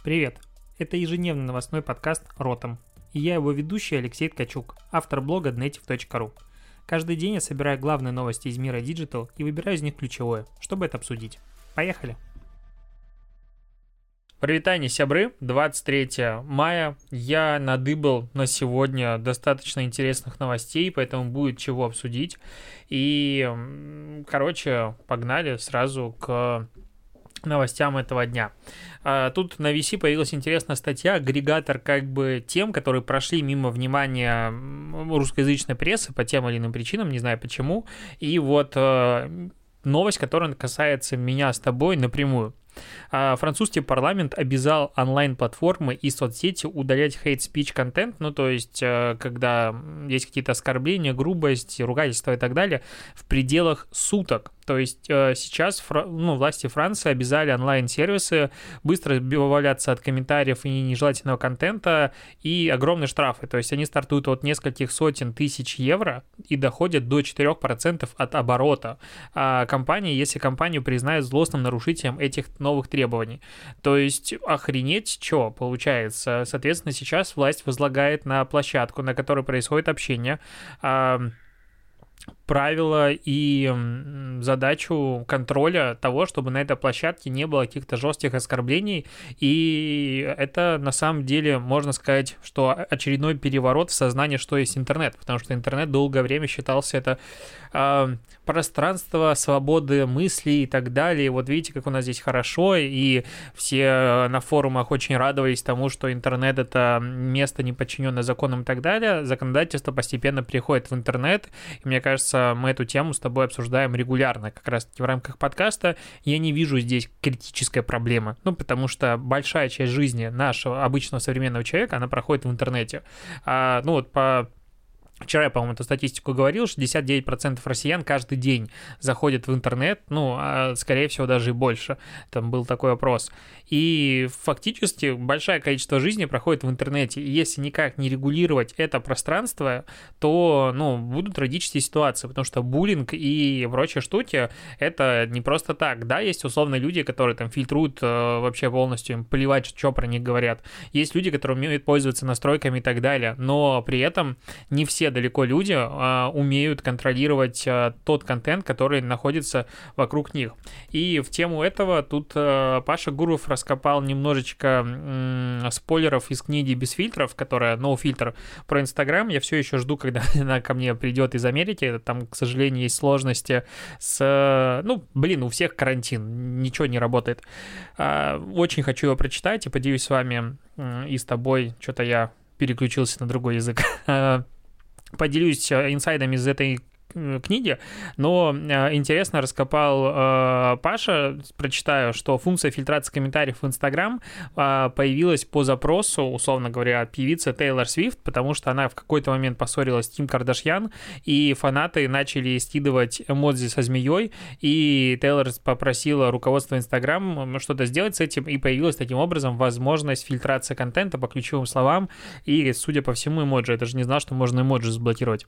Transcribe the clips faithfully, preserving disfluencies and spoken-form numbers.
Привет! Это ежедневный новостной подкаст «Ротом». И я его ведущий Алексей Ткачук, автор блога днетив точка ру. Каждый день я собираю главные новости из мира Digital и выбираю из них ключевое, чтобы это обсудить. Поехали! Привитание, сябры! двадцать третьего мая. Я надыбал на сегодня достаточно интересных новостей, поэтому будет чего обсудить. И, короче, погнали сразу к новостям этого дня. Тут на ви си появилась интересная статья, агрегатор как бы тем, которые прошли мимо внимания русскоязычной прессы по тем или иным причинам, не знаю почему. И вот новость, которая касается меня с тобой напрямую. Французский парламент обязал онлайн-платформы и соцсети удалять hate-speech контент, ну то есть когда есть какие-то оскорбления, грубость, ругательства и так далее, в пределах суток. То есть сейчас ну, власти Франции обязали онлайн-сервисы быстро избавляться от комментариев и нежелательного контента и огромные штрафы. То есть они стартуют от нескольких сотен тысяч евро и доходят до четыре процента от оборота компании, если компанию признают злостным нарушителем этих новых требований. То есть охренеть, что получается. Соответственно, сейчас власть возлагает на площадку, на которой происходит общение, правила и задачу контроля того, чтобы на этой площадке не было каких-то жестких оскорблений, и это на самом деле, можно сказать, что очередной переворот в сознании, что есть интернет, потому что интернет долгое время считался это э, пространство свободы мысли и так далее. Вот видите, как у нас здесь хорошо, и все на форумах очень радовались тому, что интернет — это место, не подчиненное законам и так далее. Законодательство постепенно переходит в интернет, и мне кажется, мы эту тему с тобой обсуждаем регулярно, как раз-таки в рамках подкаста. Я не вижу здесь критической проблемы, ну, потому что большая часть жизни нашего обычного современного человека, она проходит в интернете. А, ну, вот по... Вчера я, по-моему, эту статистику говорил, шестьдесят девять процентов россиян каждый день заходят в интернет, ну, а скорее всего, даже и больше. Там был такой опрос. И фактически большое количество жизни проходит в интернете. И если никак не регулировать это пространство, то, ну, будут трагические ситуации, потому что буллинг и прочие штуки — это не просто так. Да, есть условно люди, которые там фильтруют э, вообще полностью, им плевать, что про них говорят. Есть люди, которые умеют пользоваться настройками и так далее, но при этом не все далеко люди а, умеют контролировать а, тот контент, который находится вокруг них. И в тему этого тут а, Паша Гуров раскопал немножечко м- спойлеров из книги «Без фильтров», которая «No Filter» про Инстаграм. Я все еще жду, когда она ко мне придет из Америки. Там, к сожалению, есть сложности с... Ну, блин, у всех карантин, ничего не работает. А, очень хочу его прочитать и поделюсь с вами и с тобой. Что-то я переключился на другой язык. Поделюсь инсайдами из этой книги, но интересно раскопал э, Паша, прочитаю, что функция фильтрации комментариев в Инстаграм э, появилась по запросу, условно говоря, певицы Тейлор Свифт, потому что она в какой-то момент поссорилась с Ким Кардашьян, и фанаты начали скидывать эмодзи со змеей, и Тейлор попросила руководство Инстаграм что-то сделать с этим, и появилась таким образом возможность фильтрации контента по ключевым словам, и, судя по всему, эмоджи. Я даже не знал, что можно эмоджи заблокировать.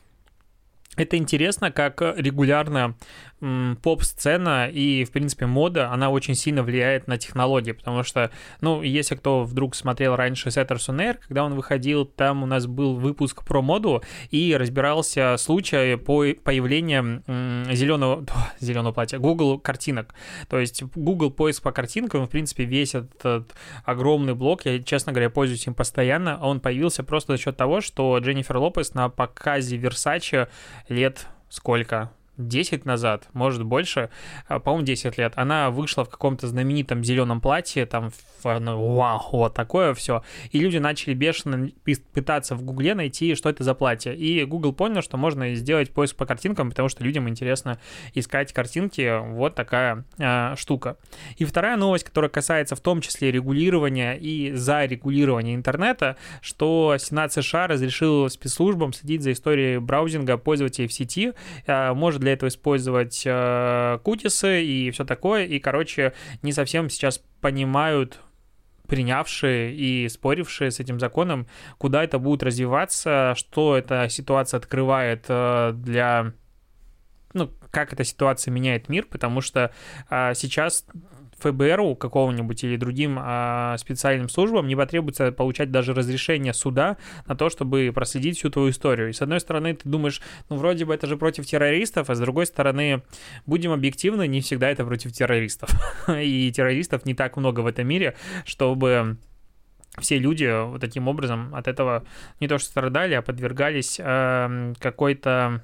Это интересно, как регулярно м, поп-сцена и, в принципе, мода, она очень сильно влияет на технологии, потому что, ну, если кто вдруг смотрел раньше Saturday Night Live, когда он выходил, там у нас был выпуск про моду, и разбирался случай по появлению м, зеленого, зеленого платья, Google картинок. То есть Google поиск по картинкам, в принципе, весь этот огромный блок, я, честно говоря, пользуюсь им постоянно, он появился просто за счет того, что Дженнифер Лопес на показе Versace лет сколько? десять назад, может больше, по-моему, десять лет, она вышла в каком-то знаменитом зеленом платье, там, ну, вау, вот такое все, и люди начали бешено пытаться в Гугле найти, что это за платье, и Google понял, что можно сделать поиск по картинкам, потому что людям интересно искать картинки, вот такая э, штука. И вторая новость, которая касается в том числе регулирования и зарегулирования интернета, что Сенат США разрешил спецслужбам следить за историей браузинга пользователей в сети, э, может для этого использовать э, кутисы и все такое, и, короче, не совсем сейчас понимают принявшие и спорившие с этим законом, куда это будет развиваться, что эта ситуация открывает э, для... Ну, как эта ситуация меняет мир, потому что э, сейчас эф бэ эру какого-нибудь или другим а, специальным службам не потребуется получать даже разрешение суда на то, чтобы проследить всю твою историю. И с одной стороны, ты думаешь, ну, вроде бы это же против террористов, а с другой стороны, будем объективны, не всегда это против террористов. И террористов не так много в этом мире, чтобы все люди вот таким образом от этого не то что страдали, а подвергались э, какой-то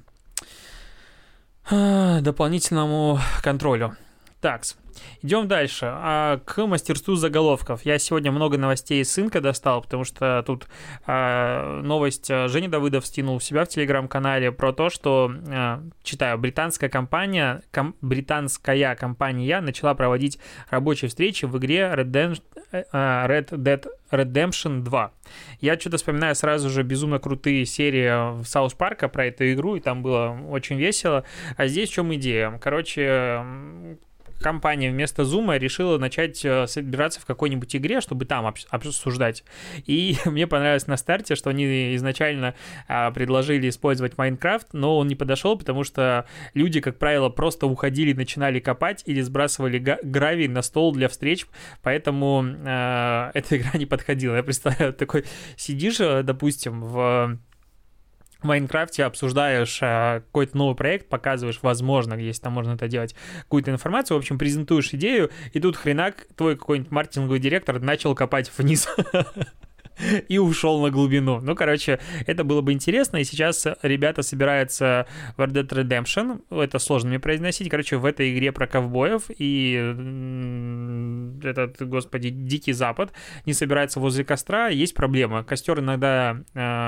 э, дополнительному контролю. Так, идем дальше. А, к мастерству заголовков. Я сегодня много новостей из Инка достал, потому что тут а, новость Женя Давыдов стянул у себя в телеграм-канале про то, что, а, читаю, британская компания, ком, британская компания начала проводить рабочие встречи в игре Red Dead Redemption два. Я что-то вспоминаю сразу же безумно крутые серии Саус Парка про эту игру, и там было очень весело. А здесь в чем идея? Короче, компания вместо Zoom решила начать собираться в какой-нибудь игре, чтобы там обсуждать. И мне понравилось на старте, что они изначально а, предложили использовать Майнкрафт, но он не подошел, потому что люди, как правило, просто уходили, начинали копать или сбрасывали гравий на стол для встреч, поэтому а, эта игра не подходила. Я представляю, такой сидишь, допустим, в в Майнкрафте обсуждаешь а, какой-то новый проект, показываешь, возможно, если там можно это делать, какую-то информацию, в общем, презентуешь идею, и тут хренак твой какой-нибудь маркетинговый директор начал копать вниз и ушел на глубину. Ну, короче, это было бы интересно, и сейчас ребята собираются в Red Dead Redemption, это сложно мне произносить, короче, в этой игре про ковбоев, и этот, господи, Дикий Запад не собирается возле костра, есть проблема, костер иногда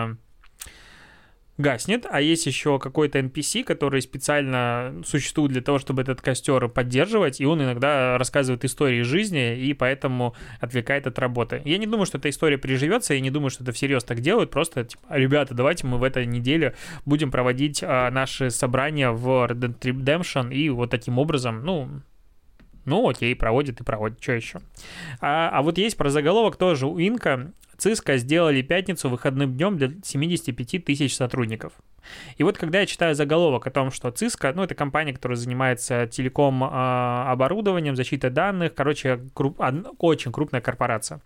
гаснет, а есть еще какой-то эн пи си, который специально существует для того, чтобы этот костер поддерживать, и он иногда рассказывает истории жизни, и поэтому отвлекает от работы. Я не думаю, что эта история приживется, я не думаю, что это всерьез так делают, просто, типа, ребята, давайте мы в этой неделе будем проводить а, наши собрания в Red Dead Redemption, и вот таким образом, ну... Ну, окей, проводит и проводит, что еще? А, а вот есть про заголовок тоже у Инка. Cisco сделали пятницу выходным днем для семьдесят пять тысяч сотрудников. И вот когда я читаю заголовок о том, что Cisco, ну, это компания, которая занимается телеком э, оборудованием, защитой данных, короче, круп, очень крупная корпорация,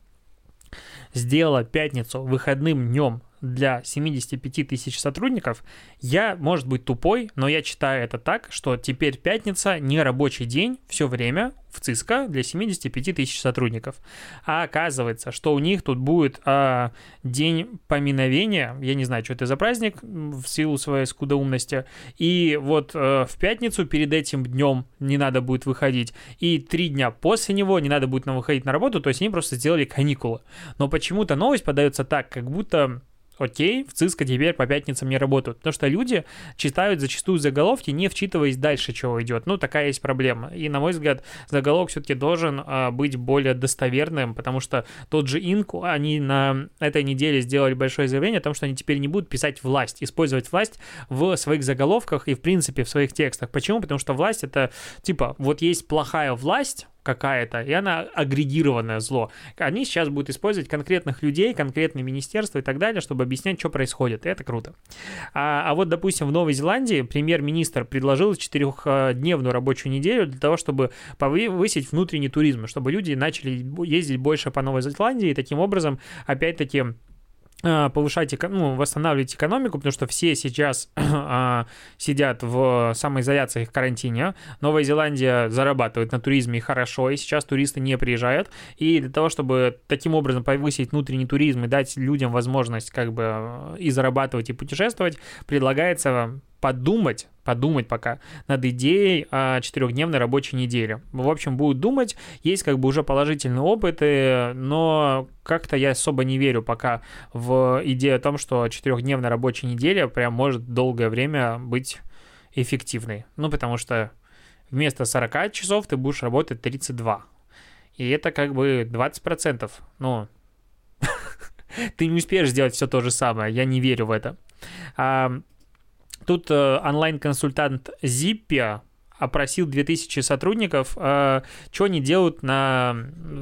сделала пятницу выходным днем для семьдесят пять тысяч сотрудников, я, может быть, тупой, но я читаю это так, что теперь пятница не рабочий день все время в Cisco для семьдесят пять тысяч сотрудников. А оказывается, что у них тут будет а, день поминовения, я не знаю, что это за праздник, в силу своей скудоумности, и вот а, в пятницу перед этим днем не надо будет выходить, и три дня после него не надо будет нам выходить на работу, то есть они просто сделали каникулы. Но почему-то новость подается так, как будто... Окей, в Cisco теперь по пятницам не работают, потому что люди читают зачастую заголовки, не вчитываясь дальше, чего идет. Ну, такая есть проблема. И, на мой взгляд, заголовок все-таки должен а, быть более достоверным, потому что тот же Инк, они на этой неделе сделали большое заявление о том, что они теперь не будут писать власть, использовать власть в своих заголовках и, в принципе, в своих текстах. Почему? Потому что власть — это, типа, вот есть плохая власть какая-то, и она агрегированное зло. Они сейчас будут использовать конкретных людей, конкретные министерства и так далее, чтобы объяснять, что происходит. И это круто. А, а вот, допустим, в Новой Зеландии премьер-министр предложил четырехдневную рабочую неделю для того, чтобы повысить внутренний туризм, чтобы люди начали ездить больше по Новой Зеландии, и таким образом, опять-таки, повышать, ну, восстанавливать экономику, потому что все сейчас а, сидят в самоизоляции, в карантине. Новая Зеландия зарабатывает на туризме хорошо, и сейчас туристы не приезжают. И для того, чтобы таким образом повысить внутренний туризм и дать людям возможность как бы и зарабатывать, и путешествовать, предлагается подумать, подумать пока над идеей о четырехдневной рабочей неделе. В общем, будут думать, есть как бы уже положительные опыты, но как-то я особо не верю пока в идею о том, что четырехдневная рабочая неделя прям может долгое время быть эффективной. Ну, потому что вместо сорок часов ты будешь работать тридцать два. И это как бы двадцать процентов. Ну, ты не успеешь сделать все то же самое, я не верю в это. Тут э, онлайн-консультант Zippy опросил две тысячи сотрудников, что они делают на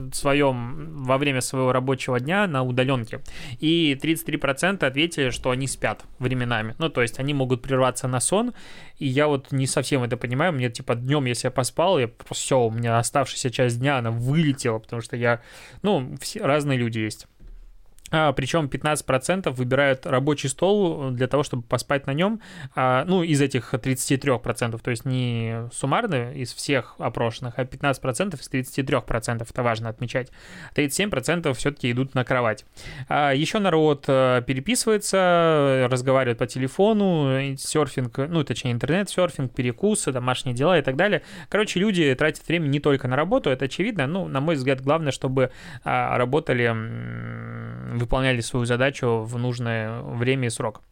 своем, во время своего рабочего дня на удаленке. И тридцать три процента ответили, что они спят временами. Ну, то есть они могут прерваться на сон, и я вот не совсем это понимаю. Мне, типа, днем, если я поспал, я все, у меня оставшаяся часть дня, она вылетела, потому что я, ну, все разные люди есть. А, причем пятнадцать процентов выбирают рабочий стол для того, чтобы поспать на нем. А, ну, из этих тридцати трёх процентов, то есть не суммарно из всех опрошенных, а пятнадцать процентов из тридцати трёх процентов, это важно отмечать. тридцать семь процентов все-таки идут на кровать. А, еще народ переписывается, разговаривает по телефону, серфинг, ну, точнее, интернет-серфинг, перекусы, домашние дела и так далее. Короче, люди тратят время не только на работу, это очевидно. Ну, на мой взгляд, главное, чтобы а, работали... выполняли свою задачу в нужное время и срок.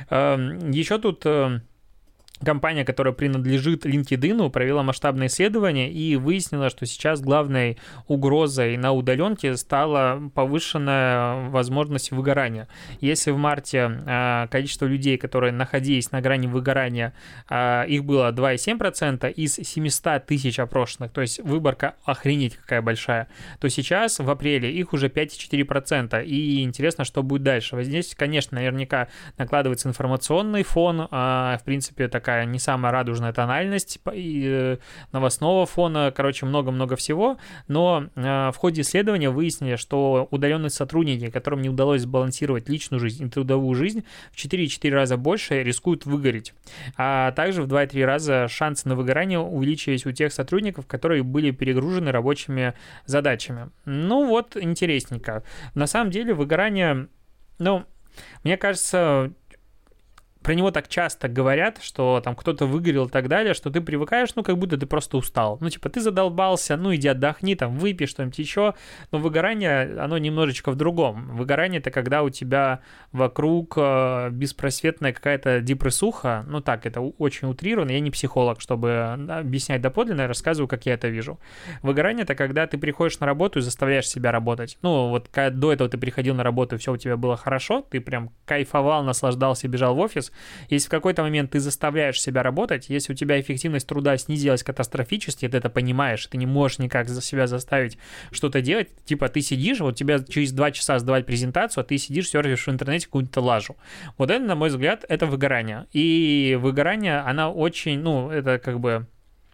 Еще тут компания, которая принадлежит LinkedIn, провела масштабное исследование и выяснила, что сейчас главной угрозой на удаленке стала повышенная возможность выгорания. Если в марте количество людей, которые находились на грани выгорания, их было два целых семь десятых процента из семьсот тысяч опрошенных, то есть выборка охренеть какая большая, то сейчас в апреле их уже пять целых четыре десятых процента. И интересно, что будет дальше. Вот здесь, конечно, наверняка накладывается информационный фон, в принципе, такая не самая радужная тональность и новостного фона, короче, много-много всего, но в ходе исследования выяснили, что удаленные сотрудники, которым не удалось сбалансировать личную жизнь и трудовую жизнь, в четыре целых четыре десятых раза больше рискуют выгореть. А также в два целых три раза шансы на выгорание увеличились у тех сотрудников, которые были перегружены рабочими задачами. Ну вот, интересненько. На самом деле выгорание, ну, мне кажется... Про него так часто говорят, что там кто-то выгорел и так далее, что ты привыкаешь, ну, как будто ты просто устал. Ну, типа, ты задолбался, ну, иди отдохни, там, выпей что-нибудь еще. Но выгорание, оно немножечко в другом. Выгорание — это когда у тебя вокруг э, беспросветная какая-то депрессуха. Ну, так, это очень утрированно. Я не психолог, чтобы объяснять доподлинно, я рассказываю, как я это вижу. Выгорание — это когда ты приходишь на работу и заставляешь себя работать. Ну, вот когда до этого ты приходил на работу, и все у тебя было хорошо, ты прям кайфовал, наслаждался, бежал в офис. Если в какой-то момент ты заставляешь себя работать, если у тебя эффективность труда снизилась катастрофически, ты это понимаешь, ты не можешь никак за себя заставить что-то делать, типа ты сидишь, вот тебе через два часа сдавать презентацию, а ты сидишь, серфишь в интернете какую-то лажу. Вот это, на мой взгляд, это выгорание. И выгорание, она очень, ну, это как бы...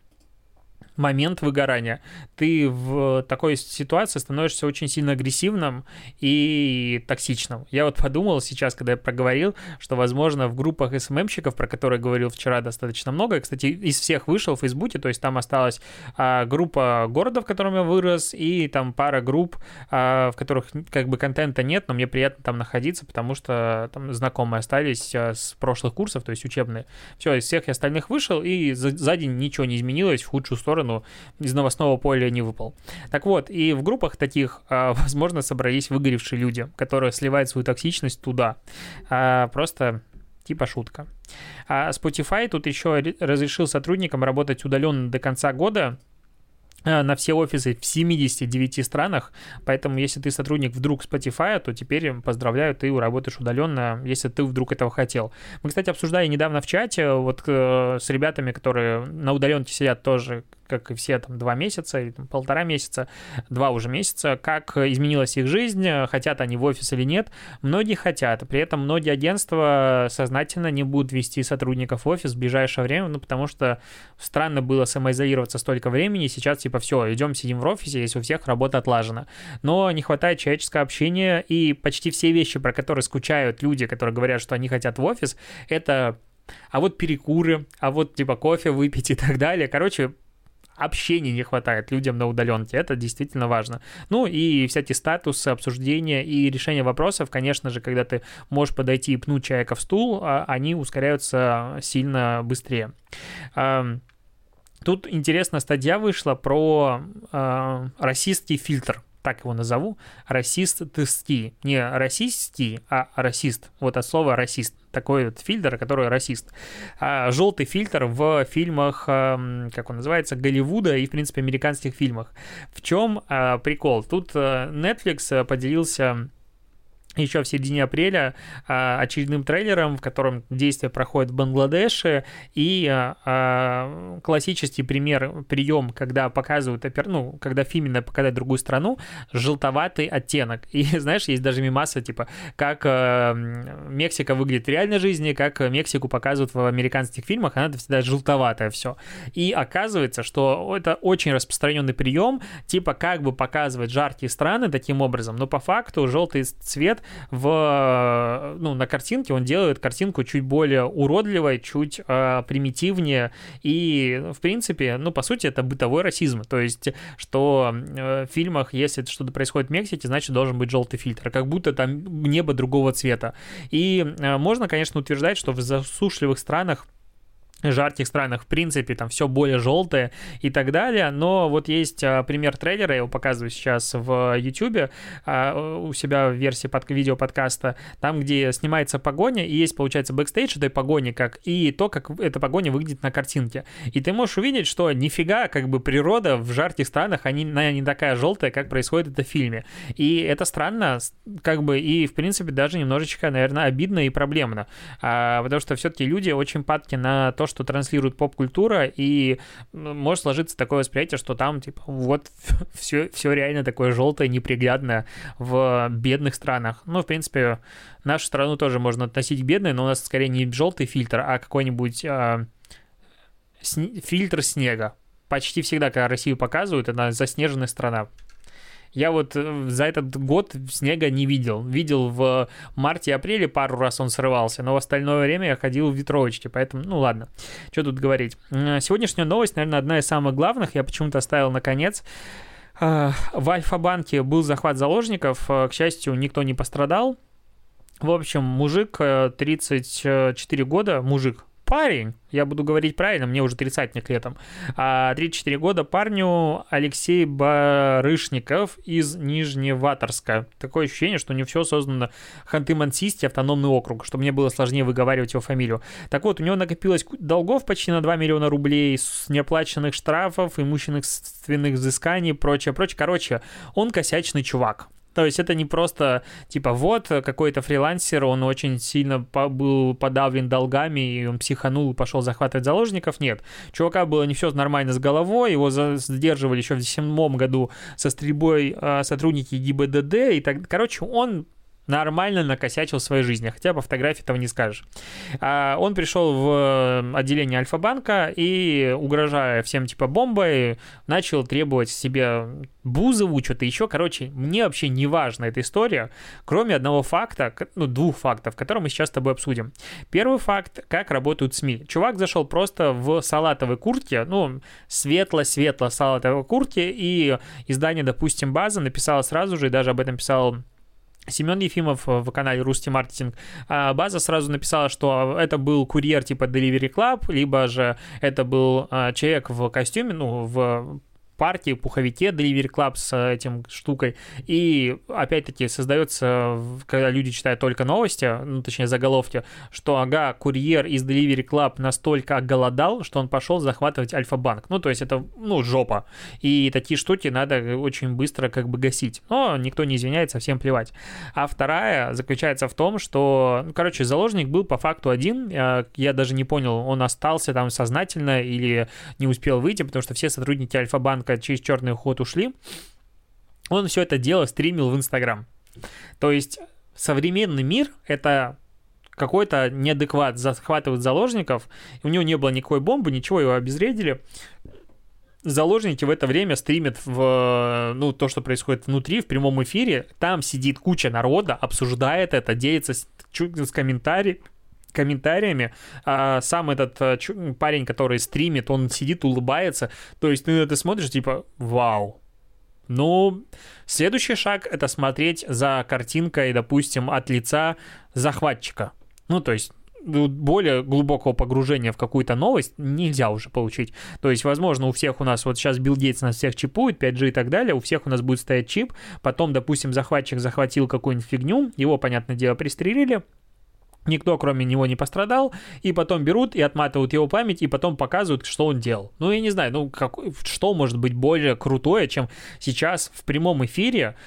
момент выгорания. Ты в такой ситуации становишься очень сильно агрессивным и токсичным. Я вот подумал сейчас, когда я проговорил, что, возможно, в группах эс эм эм-щиков, про которые говорил вчера достаточно много, я, кстати, из всех вышел в Фейсбуке, то есть там осталась а, группа города, в котором я вырос, и там пара групп, а, в которых как бы контента нет, но мне приятно там находиться, потому что там знакомые остались а, с прошлых курсов, то есть учебные. Все, из всех остальных вышел, и за, за день ничего не изменилось в худшую сторону, из новостного поля не выпал. Так вот, и в группах таких, возможно, собрались выгоревшие люди, которые сливают свою токсичность туда. Просто типа шутка. А Spotify тут еще разрешил сотрудникам работать удаленно до конца года на все офисы в семидесяти девяти странах, поэтому если ты сотрудник вдруг Spotify, то теперь поздравляю, ты работаешь удаленно, если ты вдруг этого хотел. Мы, кстати, обсуждали недавно в чате вот с ребятами, которые на удаленке сидят тоже, как и все, там, два месяца, или там, полтора месяца, два уже месяца, как изменилась их жизнь, хотят они в офис или нет. Многие хотят, при этом многие агентства сознательно не будут вести сотрудников в офис в ближайшее время, ну, потому что странно было самоизолироваться столько времени, сейчас, типа, все, идем, сидим в офисе, если у всех работа отлажена. Но не хватает человеческого общения, и почти все вещи, про которые скучают люди, которые говорят, что они хотят в офис, это, а вот перекуры, а вот, типа, кофе выпить и так далее. Короче, общения не хватает людям на удаленке, это действительно важно. Ну и всякие статусы, обсуждения и решения вопросов, конечно же, когда ты можешь подойти и пнуть человека в стул, они ускоряются сильно быстрее. Тут интересная статья вышла про расистский фильтр. Так его назову, расистский, не расистский, а расист, вот от слова расист, такой вот фильтр, который расист. А, желтый фильтр в фильмах, а, как он называется, Голливуда и, в принципе, американских фильмах. В чем а, прикол? Тут а, Netflix поделился еще в середине апреля а, очередным трейлером, в котором действие проходит в Бангладеше, и а, классический пример, прием, когда показывают, ну, когда в фильме показывают другую страну, желтоватый оттенок. И, знаешь, есть даже мемасы, типа, как а, Мексика выглядит в реальной жизни, как Мексику показывают в американских фильмах, она всегда желтоватое все. И оказывается, что это очень распространенный прием, типа, как бы показывать жаркие страны таким образом, но по факту желтый цвет в, ну, на картинке он делает картинку чуть более уродливой, чуть э, примитивнее, и, в принципе, ну, по сути, это бытовой расизм, то есть, что э, в фильмах, если что-то происходит в Мексике, значит, должен быть желтый фильтр, как будто там небо другого цвета, и э, можно, конечно, утверждать, что в засушливых странах, жарких странах, в принципе, там все более желтое и так далее, но вот есть а, пример трейлера, я его показываю сейчас в YouTube, а, у себя в версии под, видеоподкаста, там, где снимается погоня, и есть, получается, бэкстейдж этой погони, как и то, как эта погоня выглядит на картинке. И ты можешь увидеть, что нифига, как бы, природа в жарких странах, они, она не такая желтая, как происходит это в фильме. И это странно, как бы, и, в принципе, даже немножечко, наверное, обидно и проблемно, а, потому что все-таки люди очень падки на то, что транслирует поп-культура, и может сложиться такое восприятие, что там, типа, вот все, все реально такое желтое, неприглядное в бедных странах. Ну, в принципе, нашу страну тоже можно относить к бедной, но у нас скорее не желтый фильтр, а какой-нибудь а, сни- фильтр снега. Почти всегда, когда Россию показывают, это заснеженная страна. Я вот за этот год снега не видел. Видел в марте-апреле, пару раз он срывался, но в остальное время я ходил в ветровочке, поэтому, ну ладно, что тут говорить. Сегодняшняя новость, наверное, одна из самых главных, я почему-то оставил на конец. В Альфа-банке был захват заложников, к счастью, никто не пострадал. В общем, мужик, тридцать четыре года, мужик, парень, я буду говорить правильно, мне уже тридцатник летом, а тридцать четыре года парню Алексей Барышников из Нижневартовска. Такое ощущение, что не все создано Ханты-Мансийский автономный округ, чтобы мне было сложнее выговаривать его фамилию. Так вот, у него накопилось долгов почти на два миллиона рублей, с неоплаченных штрафов, имущественных взысканий, прочее, прочее. Короче, он косячный чувак. То есть это не просто, типа, вот какой-то фрилансер, он очень сильно был подавлен долгами, и он психанул и пошел захватывать заложников. Нет, чувака было не все нормально с головой, его задерживали еще в две тысячи седьмом году со стрельбой сотрудники ГИБДД, и так, короче, он нормально накосячил в своей жизни, хотя по фотографии этого не скажешь. А он пришел в отделение Альфа-банка и, угрожая всем типа бомбой, начал требовать себе Бузову, что-то еще. Короче, мне вообще не важна эта история, кроме одного факта, ну, двух фактов, которые мы сейчас с тобой обсудим. Первый факт, как работают СМИ. Чувак зашел просто в салатовой куртке, ну, светло-светло салатовой куртке, и издание, допустим, «База» написало сразу же, и даже об этом писал Семен Ефимов в канале Русти Маркетинг. База сразу написала, что это был курьер типа Delivery Club, либо же это был человек в костюме, ну, в партии, пуховике Delivery Club с этим штукой. И опять-таки создается, когда люди читают только новости, ну, точнее заголовки, что ага, курьер из Delivery Club настолько оголодал, что он пошел захватывать Альфа-банк. Ну, то есть это, ну, жопа. И такие штуки надо очень быстро как бы гасить. Но никто не извиняется, всем плевать. А вторая заключается в том, что, ну, короче, заложник был по факту один. Я даже не понял, он остался там сознательно или не успел выйти, потому что все сотрудники Альфа-банка через черный ход ушли. Он все это дело стримил в Инстаграм. То есть современный мир — это какой-то неадекват, захватывает заложников, у него не было никакой бомбы, ничего, его обезвредили. Заложники в это время стримят в, ну, то, что происходит внутри, в прямом эфире. Там сидит куча народа, обсуждает это, делится с, с комментариями. комментариями, а сам этот а, чу, парень, который стримит, он сидит, улыбается, то есть ты на это смотришь, типа, вау. Ну, следующий шаг — это смотреть за картинкой, допустим, от лица захватчика. Ну, то есть более глубокого погружения в какую-то новость нельзя уже получить. То есть, возможно, у всех у нас, вот сейчас Билл Гейтс нас всех чипует, пять джи и так далее, у всех у нас будет стоять чип, потом, допустим, захватчик захватил какую-нибудь фигню, его, понятное дело, пристрелили, никто, кроме него, не пострадал, и потом берут и отматывают его память, и потом показывают, что он делал. Ну, я не знаю, ну, как, что может быть более крутое, чем сейчас в прямом эфире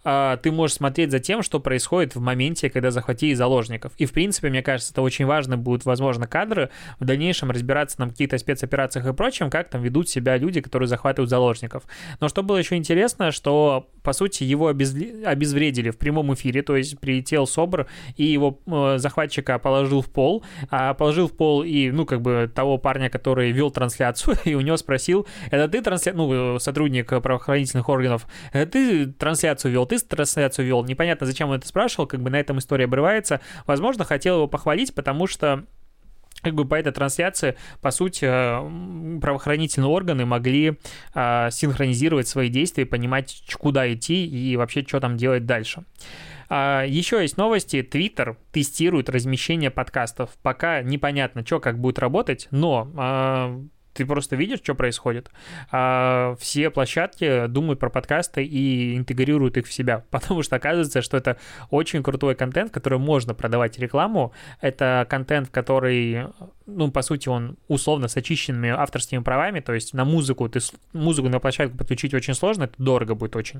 а, ты можешь смотреть за тем, что происходит в моменте, когда захватили заложников. И, в принципе, мне кажется, это очень важно будут, возможно, кадры в дальнейшем разбираться на каких-то спецоперациях и прочем, как там ведут себя люди, которые захватывают заложников. Но что было еще интересно, что, по сути, его обез... обезвредили в прямом эфире, то есть прилетел СОБР и его э, захватчика положил в пол, а положил в пол и, ну, как бы того парня, который вел трансляцию, и у него спросил, это ты трансля... ну, сотрудник правоохранительных органов, это ты трансляцию вел, ты трансляцию вел, непонятно, зачем он это спрашивал, как бы на этом история обрывается. Возможно, хотел его похвалить, потому что как бы по этой трансляции, по сути, правоохранительные органы могли э, синхронизировать свои действия, понимать, куда идти и вообще, что там делать дальше. Uh, еще есть новости. Twitter тестирует размещение подкастов. Пока непонятно, что как будет работать, но uh, ты просто видишь, что происходит. Uh, все площадки думают про подкасты и интегрируют их в себя, потому что оказывается, что это очень крутой контент, который можно продавать рекламу. Это контент, который, ну, по сути, он условно с очищенными авторскими правами, то есть на музыку, ты музыку на площадку подключить очень сложно, это дорого будет очень.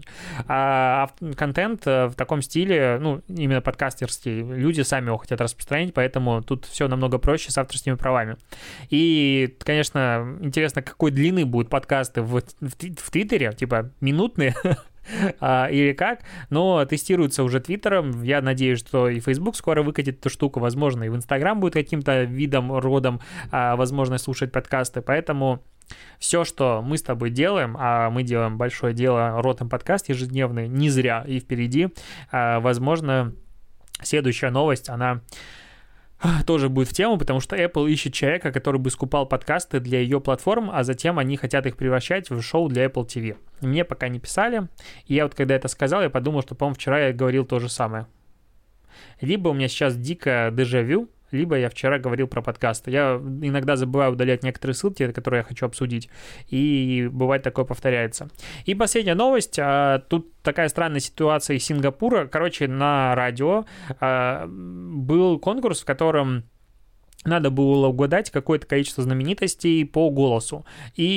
А контент в таком стиле, ну, именно подкастерский, люди сами его хотят распространить, поэтому тут все намного проще с авторскими правами. И, конечно, интересно, какой длины будут подкасты в, в, в Твиттере, типа минутные, а, или как, но тестируется уже Твиттером. Я надеюсь, что и Facebook скоро выкатит эту штуку, возможно, и в Инстаграм будет каким-то видом, родом а, возможность слушать подкасты, поэтому все, что мы с тобой делаем, а мы делаем большое дело, Ротом подкаст ежедневный, не зря и впереди, а, возможно, следующая новость, она тоже будет в тему, потому что Apple ищет человека, который бы скупал подкасты для ее платформ, а затем они хотят их превращать в шоу для Apple ти ви. Мне пока не писали, и я вот когда это сказал, я подумал, что, по-моему, вчера я говорил то же самое. Либо у меня сейчас дико дежавю, либо я вчера говорил про подкасты. Я иногда забываю удалять некоторые ссылки, которые я хочу обсудить, и бывает такое повторяется. И последняя новость. Тут такая странная ситуация из Сингапура. Короче, на радио был конкурс, в котором надо было угадать какое-то количество знаменитостей по голосу.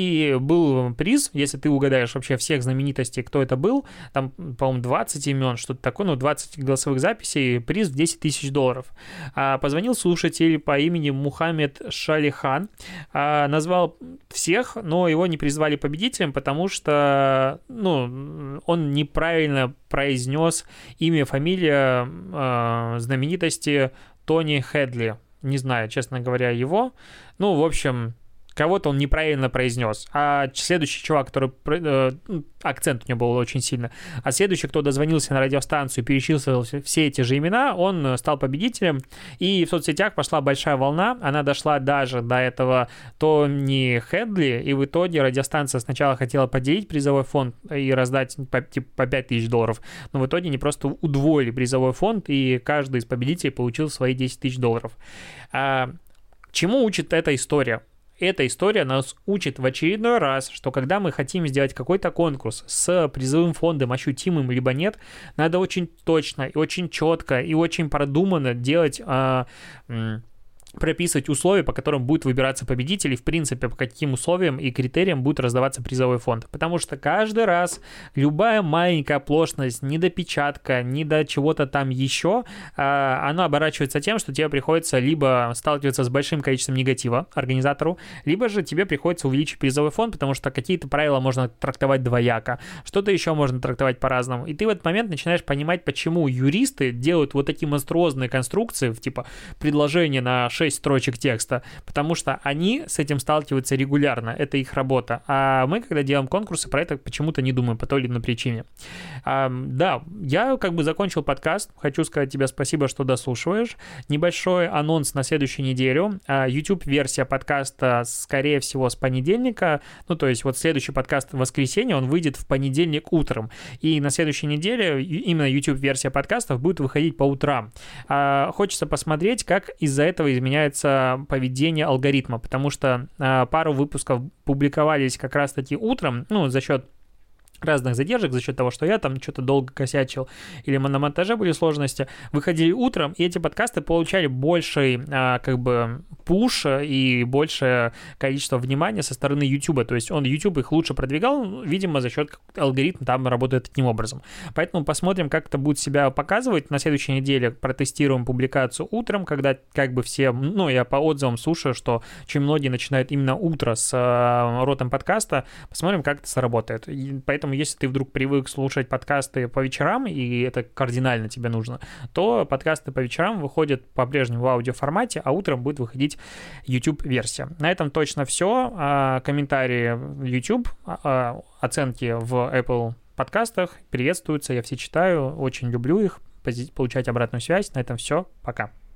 И был приз, если ты угадаешь вообще всех знаменитостей, кто это был, там, по-моему, двадцать имен, что-то такое, ну, двадцать голосовых записей, приз в десять тысяч долларов. А, позвонил слушатель по имени Мухаммед Шалихан, а, назвал всех, но его не призвали победителем, потому что, ну, он неправильно произнес имя, фамилия а, знаменитости Тони Хедли. Не знаю, честно говоря, его. Ну, в общем, кого-то он неправильно произнес. А следующий чувак, который... Э, акцент у него был очень сильно. А следующий, кто дозвонился на радиостанцию и перечислил все эти же имена, он стал победителем. И в соцсетях пошла большая волна. Она дошла даже до этого Тони Хедли. И в итоге радиостанция сначала хотела поделить призовой фонд и раздать по, типа, по пять тысяч долларов. Но в итоге они просто удвоили призовой фонд, и каждый из победителей получил свои десять тысяч долларов. А, чему учит эта история? Эта история нас учит в очередной раз, что когда мы хотим сделать какой-то конкурс с призовым фондом ощутимым либо нет, надо очень точно и очень четко и очень продуманно делать... А, м- прописывать условия, по которым будет выбираться победитель, и, в принципе, по каким условиям и критериям будет раздаваться призовой фонд. Потому что каждый раз любая маленькая оплошность, недопечатка, не до чего-то там еще, она оборачивается тем, что тебе приходится либо сталкиваться с большим количеством негатива организатору, либо же тебе приходится увеличить призовой фонд, потому что какие-то правила можно трактовать двояко, что-то еще можно трактовать по-разному. И ты в этот момент начинаешь понимать, почему юристы делают вот такие монструозные конструкции, типа предложение на шесть строчек текста, потому что они с этим сталкиваются регулярно, это их работа. А мы, когда делаем конкурсы, про это почему-то не думаем по той или иной причине. А, да, я как бы закончил подкаст, хочу сказать тебе спасибо, что дослушиваешь. Небольшой анонс на следующую неделю. YouTube-версия подкаста, скорее всего, с понедельника, ну, то есть вот следующий подкаст в воскресенье, он выйдет в понедельник утром, и на следующей неделе именно YouTube-версия подкастов будет выходить по утрам. А, хочется посмотреть, как из-за этого изменяется меняется поведение алгоритма, потому что а, пару выпусков публиковались как раз-таки утром, ну, за счет разных задержек, за счет того, что я там что-то долго косячил, или на монтаже были сложности, выходили утром, и эти подкасты получали больший, а, как бы, пуш и большее количество внимания со стороны YouTube. То есть он, YouTube их лучше продвигал, видимо, за счет алгоритма там работает таким образом. Поэтому посмотрим, как это будет себя показывать. На следующей неделе протестируем публикацию утром, когда как бы все, ну, я по отзывам слушаю, что очень многие начинают именно утро с э, ротом подкаста. Посмотрим, как это сработает. И поэтому, если ты вдруг привык слушать подкасты по вечерам, и это кардинально тебе нужно, то подкасты по вечерам выходят по-прежнему в аудиоформате, а утром будет выходить YouTube-версия. На этом точно все. Комментарии в YouTube, оценки в Apple подкастах приветствуются, я все читаю, очень люблю их, получать обратную связь. На этом все, пока.